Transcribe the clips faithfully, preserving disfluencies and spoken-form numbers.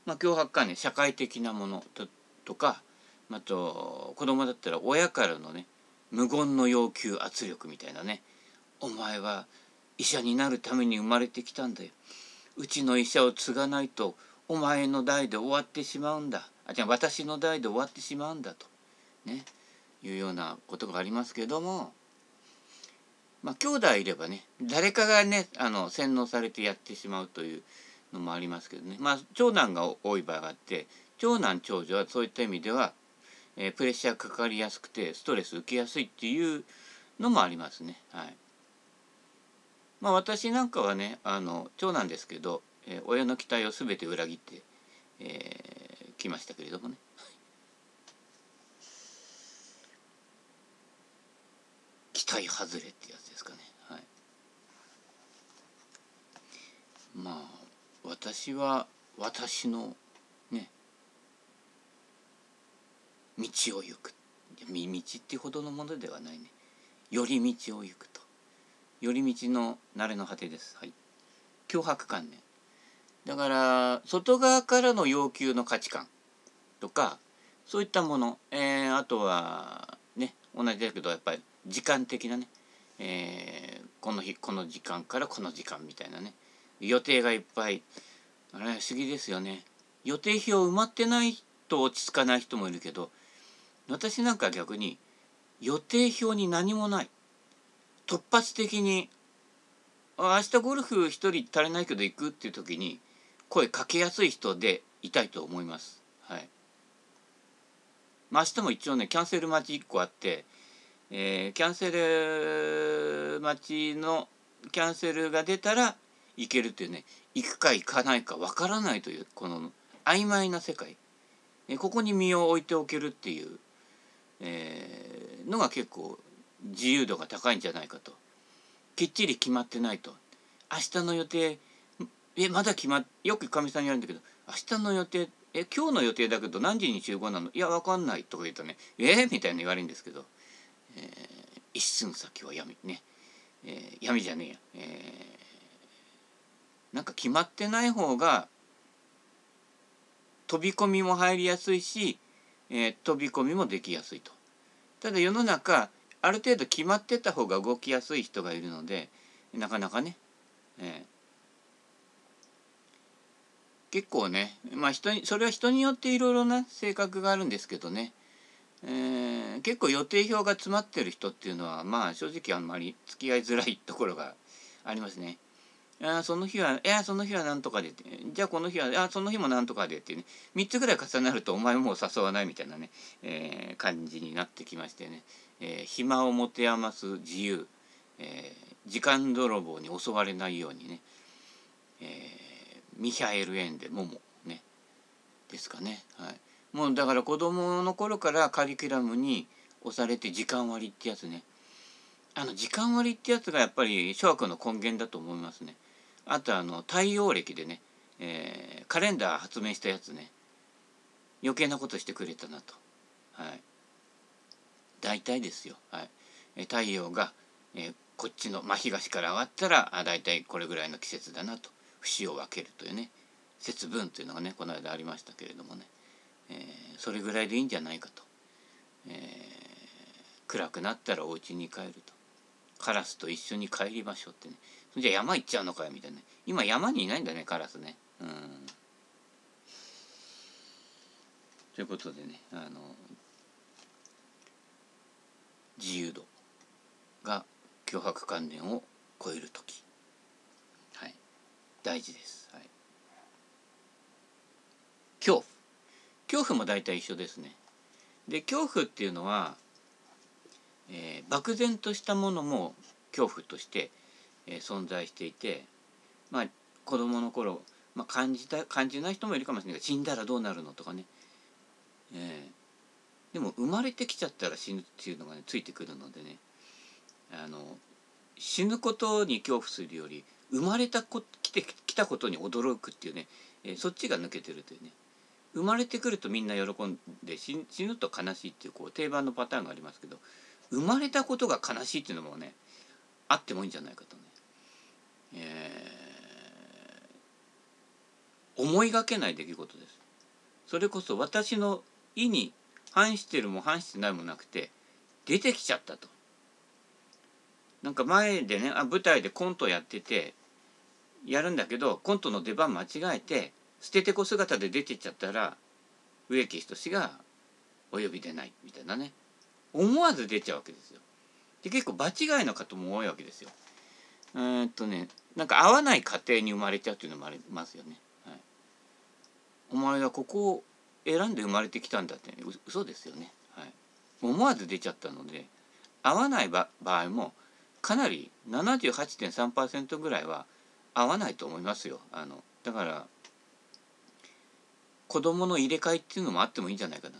まあ、強迫観念、社会的なもの と, とか、あと子供だったら親からのね無言の要求圧力みたいなね、お前は医者になるために生まれてきたんだよ、うちの医者を継がないとお前の代で終わってしまうんだ、あじゃあ私の代で終わってしまうんだとねいうようなことがありますけれども、まあ兄弟いればね誰かがねあの洗脳されてやってしまうというのもありますけどね、まあ長男が多い場合があって、長男長女はそういった意味では、えー、プレッシャーかかりやすくてストレス受けやすいっていうのもありますね。はい。まあ私なんかはねあの長男ですけど、えー、親の期待を全て裏切ってき、えー、ましたけれどもね。期待外れってやつですかね。はい。まあ私は私のね道を行く、道っていうほどのものではないね、寄り道を行くと、寄り道の慣れの果てです。はい。強迫観念だから外側からの要求の価値観とかそういったもの、えー、あとはね同じだけどやっぱり時間的なね、えー、この日この時間からこの時間みたいなね予定がいっぱい、あれ不思議ですよね。予定表埋まってないと落ち着かない人もいるけど、私なんか逆に予定表に何もない、突発的に明日ゴルフ一人足りないけど行くっていう時に声かけやすい人でいたいと思います。はい。まあ、明日も一応ねキャンセル待ちいっこあって、えー、キャンセル待ちのキャンセルが出たら行けるっていうね、行くか行かないかわからないというこの曖昧な世界、えー、ここに身を置いておけるっていう、えー、のが結構自由度が高いんじゃないかと。きっちり決まってないと明日の予定えまだ決まっよくかみさんに言われるんだけど、明日の予定え今日の予定だけど何時に集合なの、いやわかんないとか言うとね、えー、みたいな言われるんですけど、えー、一寸先は闇ね、えー、闇じゃねえや、えー、なんか決まってない方が飛び込みも入りやすいし、えー、飛び込みもできやすいと。ただ世の中ある程度決まってた方が動きやすい人がいるのでなかなかね、えー、結構ね、まあ人にそれは人によっていろいろな性格があるんですけどね、えー、結構予定表が詰まってる人っていうのはまあ正直あんまり付き合いづらいところがありますね。あその日は、いやその日はなんとかでって、じゃあこの日は、あその日もなんとかでっていうね、みっつぐらい重なるとお前もう誘わないみたいなね、えー、感じになってきましてね、えー、暇を持て余す自由、えー、時間泥棒に襲われないようにね、えー、ミヒャエル・エンデモモねですかね。はい。もうだから子供の頃からカリキュラムに押されて時間割ってやつね。あの時間割ってやつがやっぱり諸悪の根源だと思いますね。あとあの太陽暦でね、えー、カレンダー発明したやつね、余計なことしてくれたなと。はい。大体ですよ。はい。え太陽が、えー、こっちの真東から上がったらあ大体これぐらいの季節だなと節を分けるというね、節分というのがねこの間ありましたけれどもね、えー、それぐらいでいいんじゃないかと、えー、暗くなったらお家に帰ると、カラスと一緒に帰りましょうってね、それじゃ山行っちゃうのかよみたいな、今山にいないんだねカラスね。うんということでね、あの自由度が強迫観念を超えるとき、はい、大事です、はい、恐怖恐怖も大体一緒ですね。で恐怖っていうのは、えー、漠然としたものも恐怖として、えー、存在していて、まあ子供の頃、まあ、感じた感じない人もいるかもしれないけど、死んだらどうなるのとかね、えー、でも生まれてきちゃったら死ぬっていうのが、ね、ついてくるのでね、あの死ぬことに恐怖するより生まれたこ来てきたことに驚くっていうね、えー、そっちが抜けてるというね。生まれてくるとみんな喜んで、死ぬと悲しいっていうこう定番のパターンがありますけど、生まれたことが悲しいっていうのもねあってもいいんじゃないかとね、え思いがけない出来事です。それこそ私の意に反してるも反してないもなくて出てきちゃったと。なんか前でね、あ舞台でコントやっててやるんだけど、コントの出番間違えて捨ててこ姿で出てっちゃったら植木仁がお呼びでないみたいなね、思わず出ちゃうわけですよ。で結構場違いの方も多いわけですよ。えーっとねなんか合わない家庭に生まれちゃうっていうのもありますよね。はい、お前はここを選んで生まれてきたんだって、ね、嘘ですよね。はい、思わず出ちゃったので、合わない場合もかなり ななじゅうはちてんさんパーセント ぐらいは合わないと思いますよ。あのだから子供の入れ替えっていうのもあってもいいんじゃないかなと。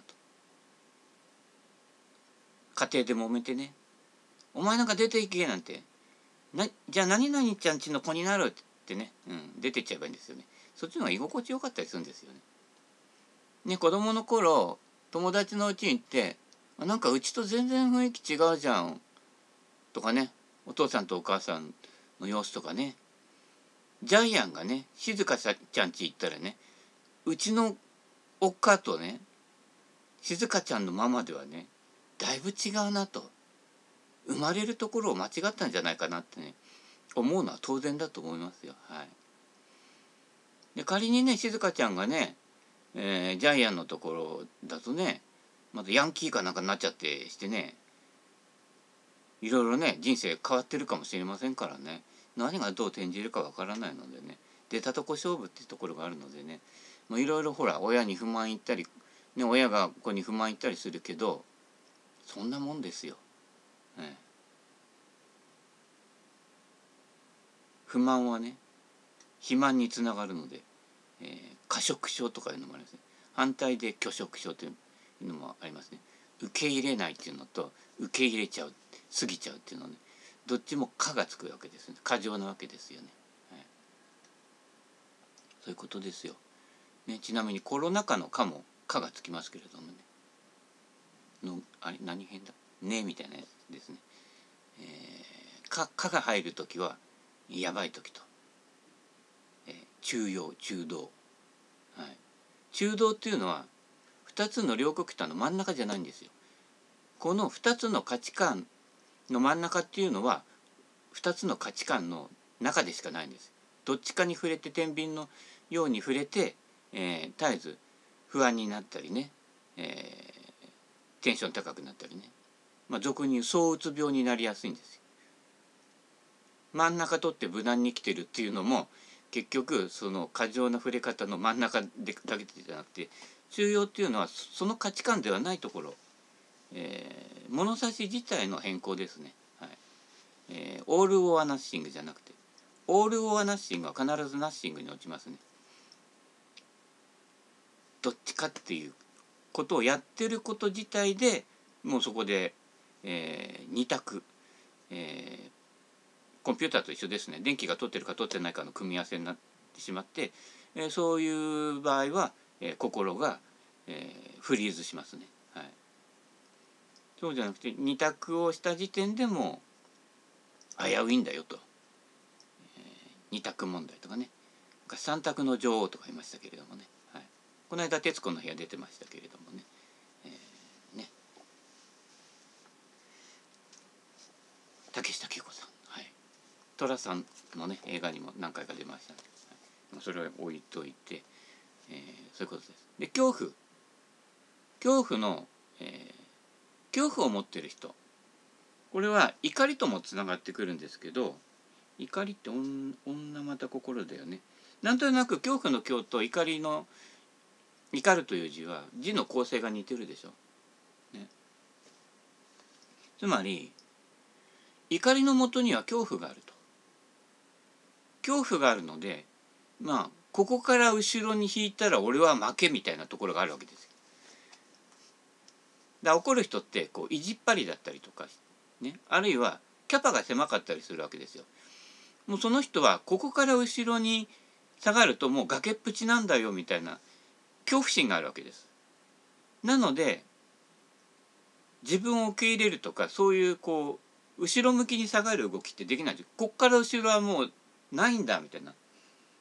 家庭で揉めてね、お前なんか出ていけなんて、なじゃあ何々ちゃんちの子になるってね、うん、出てっちゃえばいいんですよね。そっちの方が居心地よかったりするんですよね。ね、子供の頃友達のうちに行って「あなんかうちと全然雰囲気違うじゃん」とかね、お父さんとお母さんの様子とかね、ジャイアンがね静香ちゃんち行ったらね、うちのおっかとね静香ちゃんのママではねだいぶ違うなと、生まれるところを間違ったんじゃないかなってね思うのは当然だと思いますよ。はい、で仮にね静香ちゃんがね、えー、ジャイアンのところだとねまずヤンキーかなんかになっちゃってしてね、いろいろね人生変わってるかもしれませんからね、何がどう転じるかわからないのでね、出たとこ勝負っていうところがあるのでね、いろいろほら親に不満言ったり、ね、親が子に不満言ったりするけどそんなもんですよ。ね、不満はね肥満につながるので、えー、過食症とかいうのもありますね。反対で拒食症というのもありますね。受け入れないっていうのと受け入れちゃう過ぎちゃうっていうのね、どっちも過がつくわけですね。過剰なわけですよね。はい、そういうことですよ。ね、ちなみにコロナ禍の「か」も「か」がつきますけれどもね、のあれ何編だねみたいなやつですね。えー、か「か」が入るときはやばいときと、えー、中庸中道、はい、中道っていうのはふたつの両極端の真ん中じゃないんですよ。このふたつの価値観の真ん中っていうのはふたつの価値観の中でしかないんです。どっちかに触れて天秤のように触れて、えー、絶えず不安になったりね、えー、テンション高くなったりね、まあ、俗に言う躁うつ病になりやすいんですよ。真ん中取って無難に生きてるっていうのも結局その過剰な触れ方の真ん中でだけじゃなくて、中庸っていうのはその価値観ではないところ、えー、物差し自体の変更ですね。はい、えー、オール・オア・ナッシングじゃなくてオール・オア・ナッシングは必ずナッシングに落ちますね。どっちかっていうことをやってること自体でもうそこで、えー、二択、えー、コンピューターと一緒ですね。電気が通ってるか通ってないかの組み合わせになってしまって、えー、そういう場合は、えー、心が、えー、フリーズしますね。はい、そうじゃなくて二択をした時点でも危ういんだよと、えー、二択問題とかね、三択の女王とか言いましたけれどもね、はい、この間徹子の部屋出てましたけれどもね、えー、ね竹下恵子さん、はい、寅さんのね映画にも何回か出ましたので、はい、それを置いといて、えー、そういうことです。で恐怖恐怖の、えー、恐怖を持ってる人、これは怒りともつながってくるんですけど、怒りって女また心だよね。なんとなく恐怖の恐と怒りの怒るという字は字の構成が似てるでしょ、ね、つまり怒りのもとには恐怖があると。恐怖があるので、まあここから後ろに引いたら俺は負けみたいなところがあるわけですよ。だから怒る人ってこう意地っ張りだったりとか、ね、あるいはキャパが狭かったりするわけですよ。もうその人はここから後ろに下がるともう崖っぷちなんだよみたいな恐怖心があるわけです。なので自分を受け入れるとかそういうこう後ろ向きに下がる動きってできないんです。こっから後ろはもうないんだみたいな、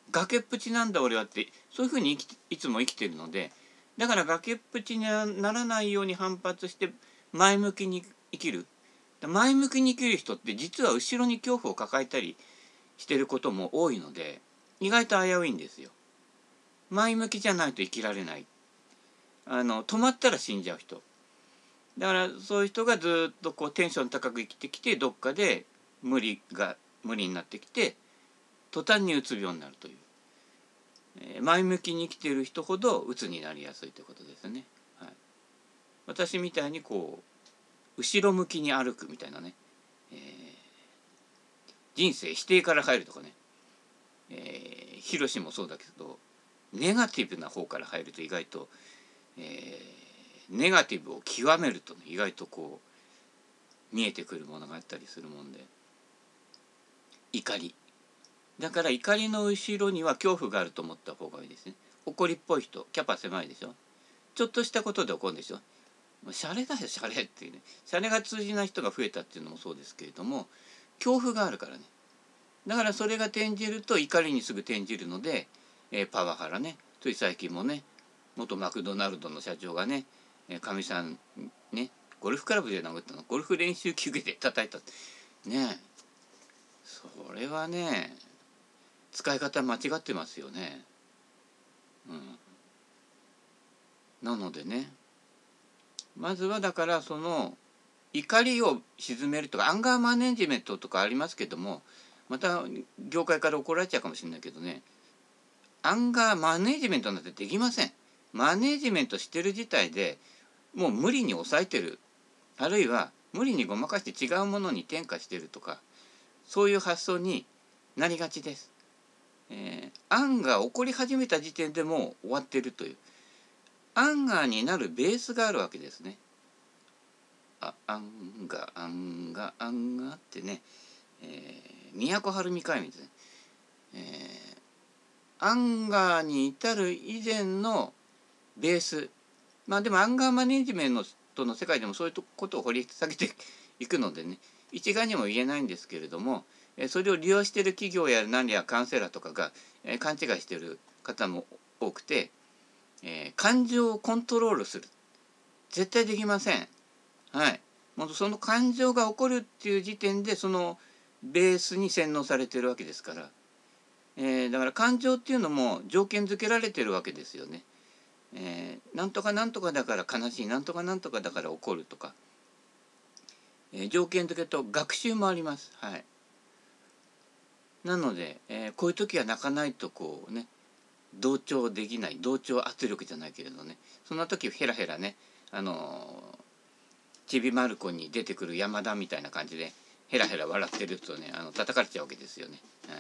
崖っぷちなんだ俺はってそういうふうに生きいつも生きてるので、だから崖っぷちにならないように反発して前向きに生きる。前向きに生きる人って実は後ろに恐怖を抱えたりしてることも多いので、意外と危ういんですよ。前向きじゃないと生きられない。あの止まったら死んじゃう人だから、そういう人がずっとこうテンション高く生きてきて、どっかで無理が無理になってきて途端にうつ病になるという、えー、前向きに生きている人ほどうつになりやすいということですね。はい、私みたいにこう後ろ向きに歩くみたいなね、えー、人生否定から入るとかね、えー、ヒロシもそうだけどネガティブな方から入ると意外と、えー、ネガティブを極めると、ね、意外とこう見えてくるものがあったりするもんで、怒りだから怒りの後ろには恐怖があると思った方がいいですね。怒りっぽい人、キャパ狭いでしょ。ちょっとしたことで怒るんでしょ。シャレだよシャレっていうね、シャレが通じない人が増えたっていうのもそうですけれども、恐怖があるからね。だからそれが転じると怒りにすぐ転じるので、えー、パワハラね、つい最近もね、元マクドナルドの社長がね、かみさんね、ゴルフクラブで殴ったの、ゴルフ練習球技で叩いたね。それはね、使い方間違ってますよね。うん、なのでね、まずはだからその怒りを鎮めるとかアンガーマネジメントとかありますけども、また業界から怒られちゃうかもしれないけどね、アンガーマネジメントなんてできません。マネジメントしてる自体でもう無理に抑えてる、あるいは無理にごまかして違うものに転化してるとか、そういう発想になりがちです。えー、案が起こり始めた時点でもう終わってるという、アンガーになるベースがあるわけですね。あ、アンガーアンガーアンガーってね、えー、都はるみ会議ですね。えー、アンガーに至る以前のベース、まあでもアンガーマネジメントの世界でもそういうことを掘り下げていくのでね、一概にも言えないんですけれども、それを利用している企業や何やカウンセラーとかが勘違いしている方も多くて、えー、感情をコントロールする絶対できません。はい、もうその感情が起こるっていう時点でそのベースに洗脳されてるわけですから、えー、だから感情っていうのも条件付けられてるわけですよね。えー、なんとかなんとかだから悲しい、なんとかなんとかだから怒るとか、えー、条件付けと学習もあります。はい、なので、えー、こういう時は泣かないとこうね、同調できない、同調圧力じゃないけれどね、そんな時ヘラヘラね、あのー、ちびまる子に出てくる山田みたいな感じでヘラヘラ笑ってるとね、あの叩かれちゃうわけですよね。はい、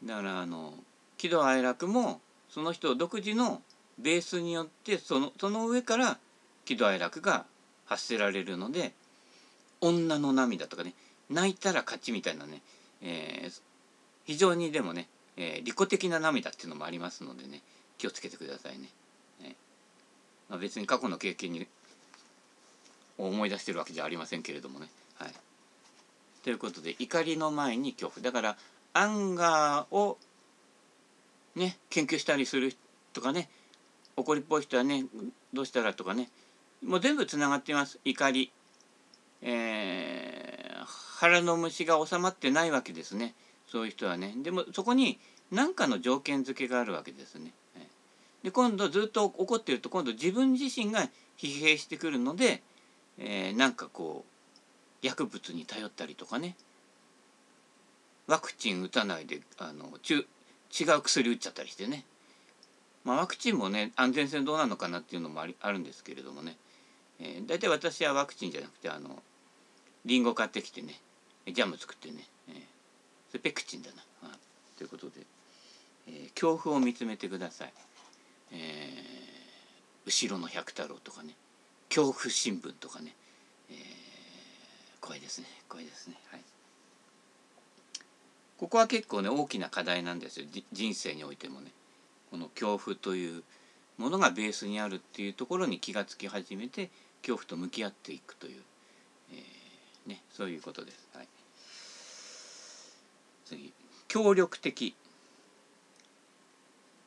だからあの喜怒哀楽もその人独自のベースによってそのその上から喜怒哀楽が発せられるので、女の涙とかね、泣いたら勝ちみたいなね、えー、非常にでもね、えー、利己的な涙っていうのもありますのでね、気をつけてくださいね。ね、まあ、別に過去の経験に思い出してるわけじゃありませんけれどもね。はい、ということで、怒りの前に恐怖だから、アンガーをね研究したりするとかね、怒りっぽい人はねどうしたらとかね、もう全部つながっています。怒り、えー、腹の虫が収まってないわけですね、そういう人はね。でもそこに何かの条件付けがあるわけですね。で今度ずっと怒っていると今度自分自身が疲弊してくるので、えー、なんかこう薬物に頼ったりとかね、ワクチン打たないであの違う薬打っちゃったりしてね、まあ、ワクチンもね安全性どうなのかなっていうのもありあるんですけれどもね、えー、大体私はワクチンじゃなくてあのリンゴ買ってきてねジャム作ってね、えー、それペクチンだな、はい、ということで、えー、恐怖を見つめてください。えー、後ろの百太郎とかね、恐怖新聞とかね、えー、怖いですね怖いですね。はい、ここは結構ね大きな課題なんですよ、人生においてもね。この恐怖というものがベースにあるっていうところに気がつき始めて恐怖と向き合っていくという、えーね、そういうことです。はい、次、協力的。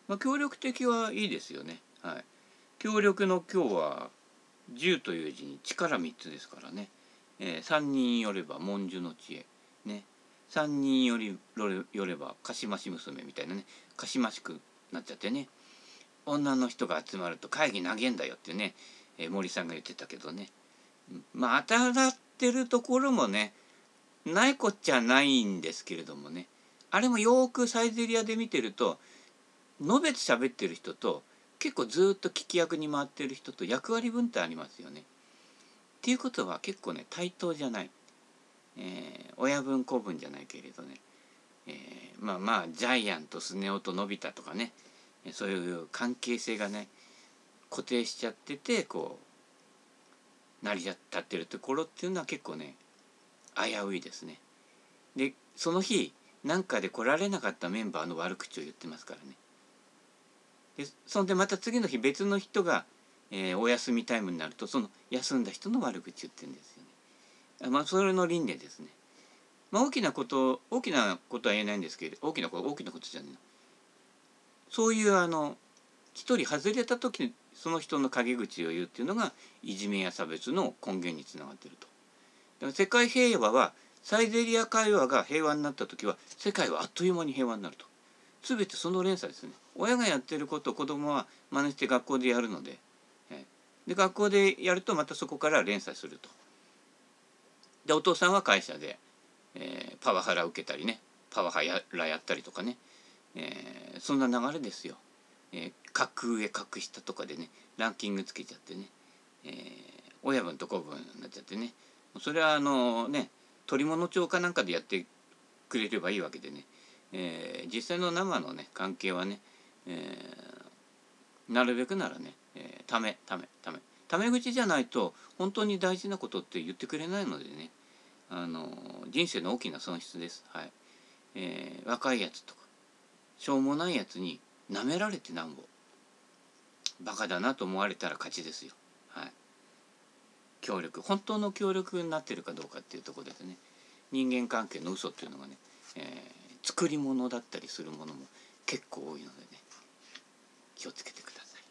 まあ、協力的はいいですよね。はい。協力の今日は十という字に力三つですからね。えー、三人よれば文殊の知恵ね。三人よりよればかしまし娘みたいなね、かしましくなっちゃってね。女の人が集まると会議投げんだよってね、えー、森さんが言ってたけどね。まあ当たってるところもね、ないこっちゃないんですけれどもね。あれもよくサイゼリアで見てると、のべつ喋ってる人と結構ずっと聞き役に回ってる人と役割分担ありますよね。っていうことは結構ね対等じゃない、えー、親分子分じゃないけれどね、えー、まあまあジャイアンとスネ夫とのび太とかね、そういう関係性がね固定しちゃってて、こう成り立ってるところっていうのは結構ね危ういですね。でその日なんかで来られなかったメンバーの悪口を言ってますからね。でそんでまた次の日別の人が、えー、お休みタイムになるとその休んだ人の悪口言ってるんですよね。まあそれの輪廻ですね。まあ大きなこと大きなことは言えないんですけど、大きなこと大きなことじゃないな。そういうあの一人外れた時にその人の陰口を言うっていうのがいじめや差別の根源につながっていると。だから世界平和はサイゼリア会話が平和になった時は世界はあっという間に平和になると。全てその連鎖ですね。親がやってることを子供は真似して学校でやるので、で学校でやるとまたそこから連鎖すると。でお父さんは会社で、えー、パワハラ受けたりね、パワハラやったりとかね、えー、そんな流れですよ。えー、格上格下とかでねランキングつけちゃってね、えー、親分と子分になっちゃってね、それはあのね取り物帳かなんかでやってくれればいいわけでね、えー、実際の生のね関係はね、えー、なるべくならね、えー、ためためためため口じゃないと本当に大事なことって言ってくれないのでね、あの人生の大きな損失です。はい。えー、若いやつとかしょうもないやつに舐められてなんぼ、バカだなと思われたら勝ちですよ。はい。協力、本当の協力になってるかどうかっていうところですね。人間関係の嘘っていうのがね、えー、作り物だったりするものも結構多いのでね、気をつけてください。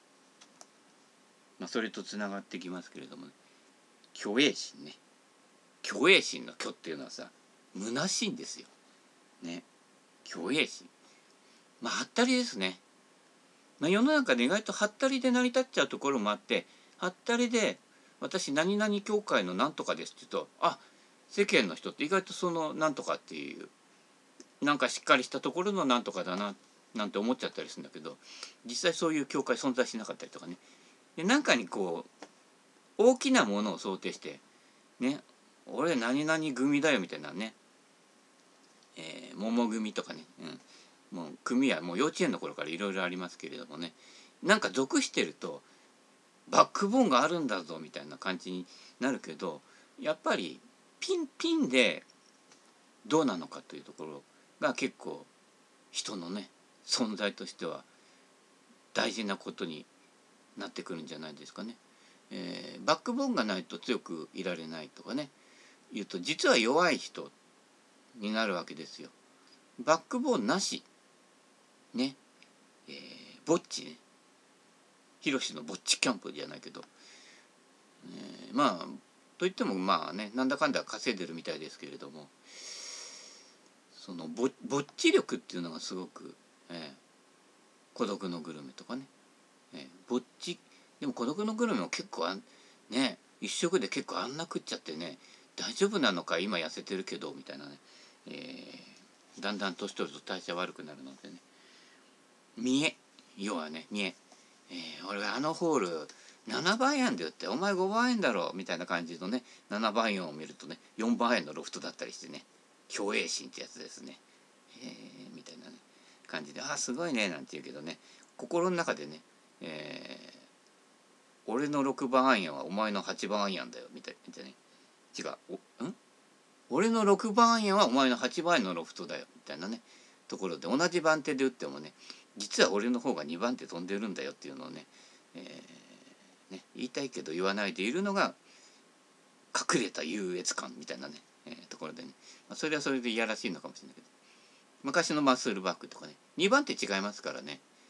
まあ、それとつながってきますけれども、ね、虚栄心ね。虚栄心の虚っていうのはさ、虚しいんですよ。ね。虚栄心。まあ、はったりですね。まあ、世の中で意外とはったりで成り立っちゃうところもあって、はったりで私何々教会のなんとかですって言うと、あ、世間の人って意外とそのなんとかっていうなんかしっかりしたところのなんとかだななんて思っちゃったりするんだけど、実際そういう教会存在しなかったりとかね。でなんかにこう大きなものを想定してね、俺何々組だよみたいなね、えー、桃組とかね、うん、もう組はもう幼稚園の頃からいろいろありますけれどもね、なんか属してるとバックボーンがあるんだぞみたいな感じになるけど、やっぱりピンピンでどうなのかというところが結構人のね存在としては大事なことになってくるんじゃないですかね。えー、バックボーンがないと強くいられないとかね言うと実は弱い人になるわけですよ。バックボーンなしね、えー、ぼっちね、ヒロシのぼっちキャンプじゃないけど、えー、まあといってもまあねなんだかんだ稼いでるみたいですけれども、その ぼ, ぼっち力っていうのがすごく、えー、孤独のグルメとかね、えー、ぼっちでも孤独のグルメも結構あんね一食で結構あんな食っちゃってね大丈夫なのか今痩せてるけどみたいなね、えー、だんだん年取ると代謝悪くなるのでね、見え要はね見ええー、俺はあのホールななばんえんで売ってお前ごばんえんだろみたいな感じのねななばんえんを見るとねよんばんえんのロフトだったりしてね、虚栄心ってやつですね、えー、みたいなね感じであすごいねなんて言うけどね心の中でね、えー、俺のろくばんアイアンはお前のはちばんアイアンだよみたいなね、違うおん俺のろくばんアイアンはお前のはちばんえんのロフトだよみたいなねところで同じ番手で打ってもね実は俺の方がにばん手飛んでるんだよっていうのをね、えー、ね言いたいけど言わないでいるのが隠れた優越感みたいなね、えー、ところでね、まあ、それはそれでいやらしいのかもしれないけど、昔のマッスルバックとかねにばん手違いますからね、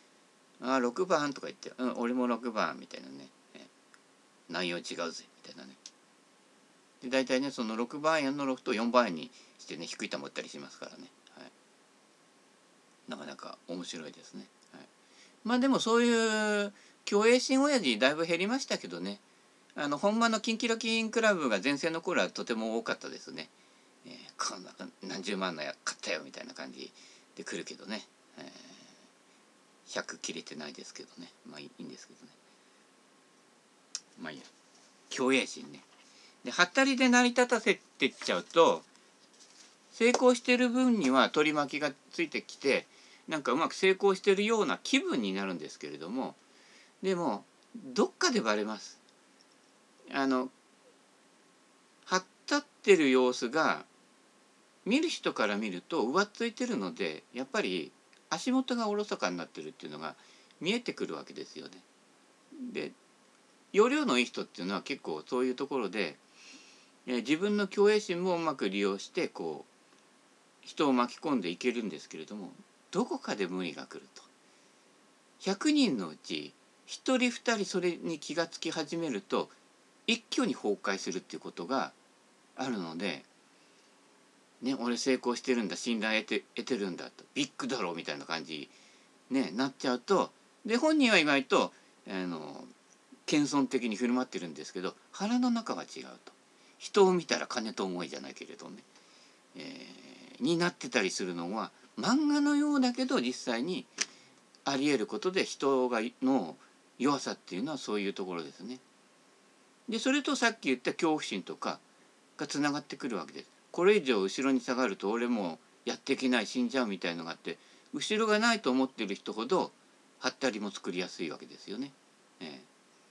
ああろくばんとか言って「うん俺もろくばん」みたいなね、え内容違うぜみたいなね。で大体ねそのろくばんえんのろくとよんばんえんにしてね低い球打ったりしますからね、はい、なかなか面白いですね、はい、まあでもそういう競泳心親父だいぶ減りましたけどね、あの本場のキンキラキンクラブが全盛の頃はとても多かったですね、えー、こんな何十万のや買ったよみたいな感じで来るけどね、えー、ひゃく切れてないですけどね、まあいいんですけどね、まあいいや、競泳心ね。ではったりで成り立たせてっちゃうと成功してる分には取り巻きがついてきてなんかうまく成功してるような気分になるんですけれども、でもどっかでバレます。あのはったってる様子が見る人から見ると浮ついてるのでやっぱり足元がおろそかになってるっていうのが見えてくるわけですよね。で要領のいい人っていうのは結構そういうところで、えー、自分の競泳心もうまく利用してこう人を巻き込んでいけるんですけれども、どこかで無理が来るとひゃくにんのうちひとりふたりそれに気がつき始めると一挙に崩壊するっていうことがあるので、ね、俺成功してるんだ信頼得て得てるんだとビッグだろうみたいな感じねなっちゃうと、で本人は意外とあの謙遜的に振る舞ってるんですけど腹の中は違うと、人を見たら金と思いじゃないけれどね、えー、になってたりするのは漫画のようだけど実際にあり得ることで、人がの弱さっていうのはそういうところですね。でそれとさっき言った恐怖心とかがつながってくるわけです。これ以上後ろに下がると俺もやっていけない死んじゃうみたいのがあって後ろがないと思ってる人ほどはったりも作りやすいわけですよね。えー、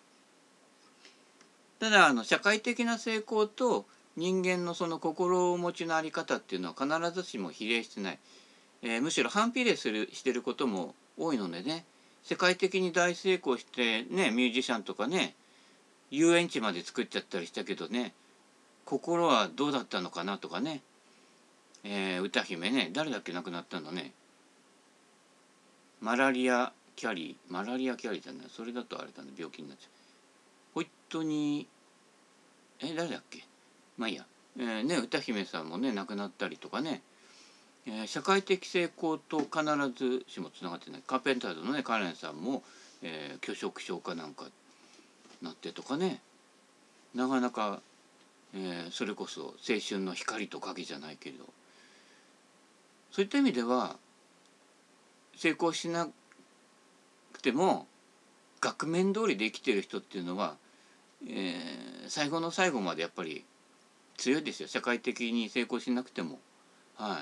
ただあの社会的な成功と人間のその心持ちの在り方っていうのは必ずしも比例してない、えー、むしろ反比例するしてることも多いのでね、世界的に大成功してねミュージシャンとかね遊園地まで作っちゃったりしたけどね心はどうだったのかなとかね、えー、歌姫ね誰だっけ亡くなったのね、マラリア・キャリーマラリア・キャリーじゃない、それだとあれだね病気になっちゃう、ホイットニーえ誰だっけ、まあいいや、えー、ね歌姫さんもね亡くなったりとかね、えー、社会的成功と必ずしもつながってない。カーペンターズのねカレンさんも、えー、拒食症かなんかなってとかね、なかなか、えー、それこそ青春の光と影じゃないけれど、そういった意味では成功しなくても額面通りで生きてる人っていうのは、えー、最後の最後までやっぱり強いですよ。社会的に成功しなくても。はい。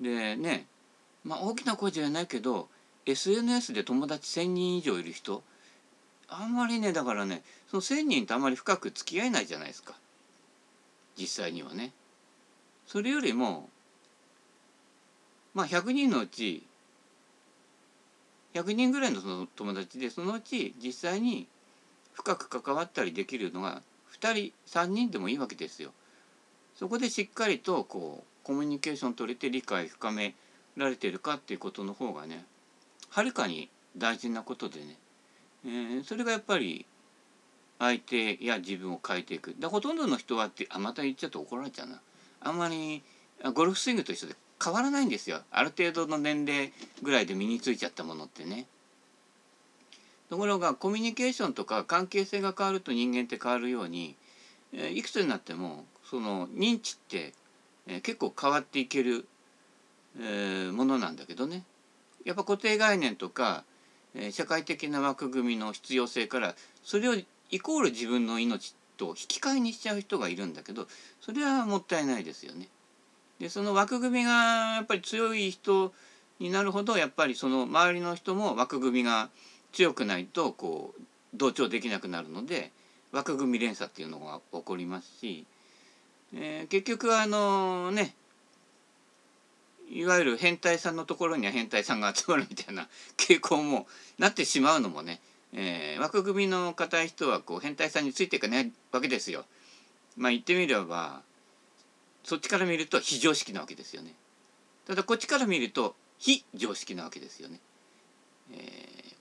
でね、まあ大きな声じゃないけど エスエヌエス で友達せんにん以上いる人あんまりね、だからねそのせんにんとあんまり深く付き合えないじゃないですか実際にはね。それよりもまあひゃくにんのうちひゃくにんぐらいのその友達でそのうち実際に深く関わったりできるのがふたりさんにんでもいいわけですよ。そこでしっかりとこうコミュニケーション取れて理解深められてるかっていうことの方がねはるかに大事なことでね、えー、それがやっぱり相手や自分を変えていく。でほとんどの人はってあまた言っちゃうと怒られちゃうな、あんまりゴルフスイングと一緒で変わらないんですよ。ある程度の年齢ぐらいで身についちゃったものってね。ところがコミュニケーションとか関係性が変わると人間って変わるように、えー、いくつになってもその認知って、えー、結構変わっていける、えー、ものなんだけどね、やっぱ固定概念とか、えー、社会的な枠組みの必要性からそれをイコール自分の命と引き換えにしちゃう人がいるんだけど、それはもったいないですよね。でその枠組みがやっぱり強い人になるほどやっぱりその周りの人も枠組みが強くないとこう同調できなくなるので枠組み連鎖っていうのが起こりますし、えー、結局あのねいわゆる変態さんのところには変態さんが集まるみたいな傾向もなってしまうのもね、えー、枠組みの固い人はこう変態さんについていかないわけですよ。まあ言ってみればそっちから見ると非常識なわけですよね。ただこっちから見ると非常識なわけですよね。えー、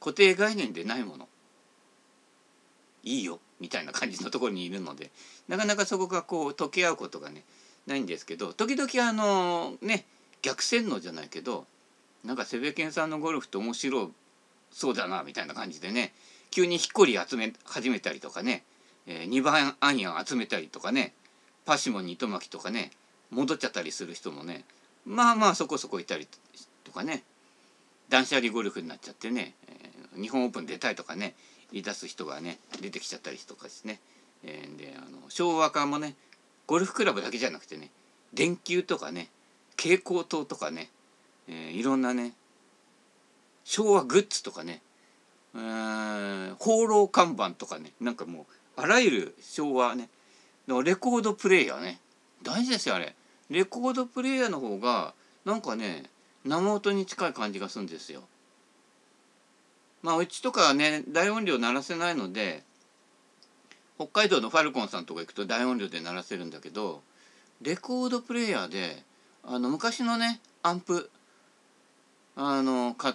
固定概念でないものいいよみたいな感じのところにいるので、なかなかそこがこう溶け合うことがねないんですけど、時々あのね逆洗脳じゃないけど、なんかセベケンさんのゴルフって面白そうだなみたいな感じでね、急にひっこり集め始めたりとかね、えー、にばんアイアン集めたりとかね、パシモンに糸巻きとかね戻っちゃったりする人もね、まあまあそこそこいたりとかね、断捨離ゴルフになっちゃってね、えー、日本オープン出たいとかね言い出す人がね出てきちゃったりとかですね、えー、であの昭和化もねゴルフクラブだけじゃなくてね、電球とかね蛍光灯とかね、えー、いろんなね昭和グッズとかね、えー、放浪看板とかね、なんかもうあらゆる昭和ね、だからレコードプレーヤーね大事ですよあれ。レコードプレーヤーの方がなんかね生音に近い感じがするんですよ。まあうちとかはね大音量鳴らせないので、北海道のファルコンさんとか行くと大音量で鳴らせるんだけど、レコードプレーヤーであの昔のねアンプあの買って、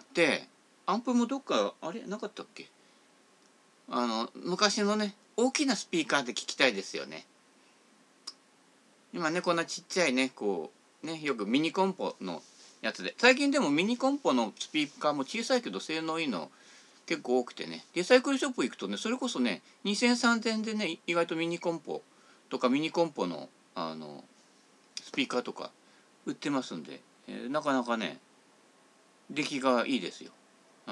アンプもどっかあれなかったっけ、あの昔のね大きなスピーカーで聞きたいですよね。今ねこんなちっちゃいねこうねよくミニコンポのやつで、最近でもミニコンポのスピーカーも小さいけど性能いいの結構多くてね、リサイクルショップ行くとねそれこそねにせんさんぜんえんでね意外とミニコンポとかミニコンポのあのスピーカーとか売ってますんで、えー、なかなかね出来がいいですよ。うん、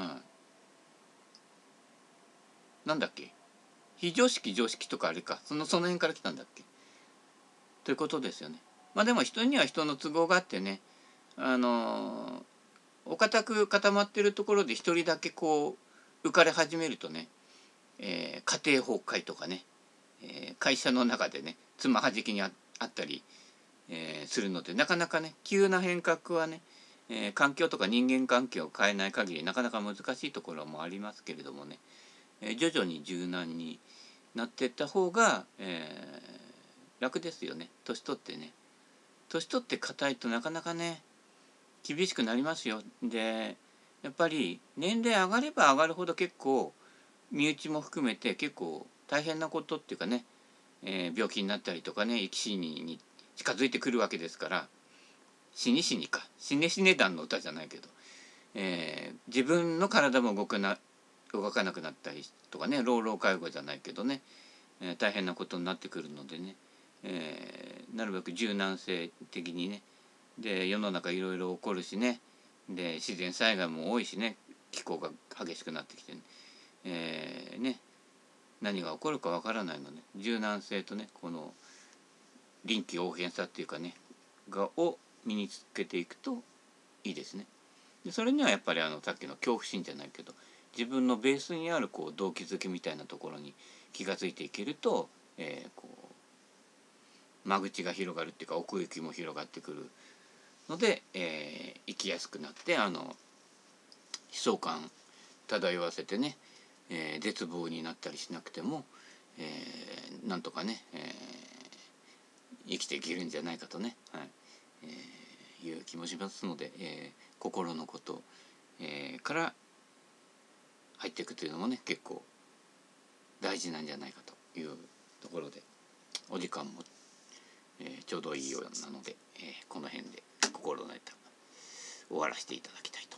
なんだっけ、非常識常識とかあれか、そのその辺から来たんだっけということですよね。まあでも人には人の都合があってね、あのー、お堅く固まってるところで一人だけこう浮かれ始めるとね、えー、家庭崩壊とかね、えー、会社の中でねつまはじきに あ, あったり、えー、するので、なかなかね急な変革はね、えー、環境とか人間関係を変えない限りなかなか難しいところもありますけれどもね、えー、徐々に柔軟になっていった方が、えー、楽ですよね。年取ってね年取って硬いとなかなかね厳しくなりますよ。でやっぱり年齢上がれば上がるほど結構身内も含めて結構大変なことっていうかね、えー、病気になったりとかね生き死にに近づいてくるわけですから、死に死にか死ね死ね団の歌じゃないけど、えー、自分の体も動かな動かなくなったりとかね、老老介護じゃないけどね、えー、大変なことになってくるのでね、えー、なるべく柔軟性的にね、で世の中いろいろ起こるしね、で自然災害も多いしね、気候が激しくなってきてね、えー、ね何が起こるかわからないので、柔軟性とねこの臨機応変さっていうかねがを身につけていくといいですね。でそれにはやっぱりあのさっきの恐怖心じゃないけど、自分のベースにあるこう動機づけみたいなところに気がついていけると、えー、こう間口が広がるっていうか奥行きも広がってくるので、えー、生きやすくなって、あの悲壮感漂わせてね、えー、絶望になったりしなくても、えー、なんとかね、えー、生きていけるんじゃないかとね、はいえー、いう気もしますので、えー、心のこと、えー、から入っていくというのもね結構大事なんじゃないかというところで、お時間も、えー、ちょうどいいようなので、えー、この辺で心のネタ終わらせていただきたいと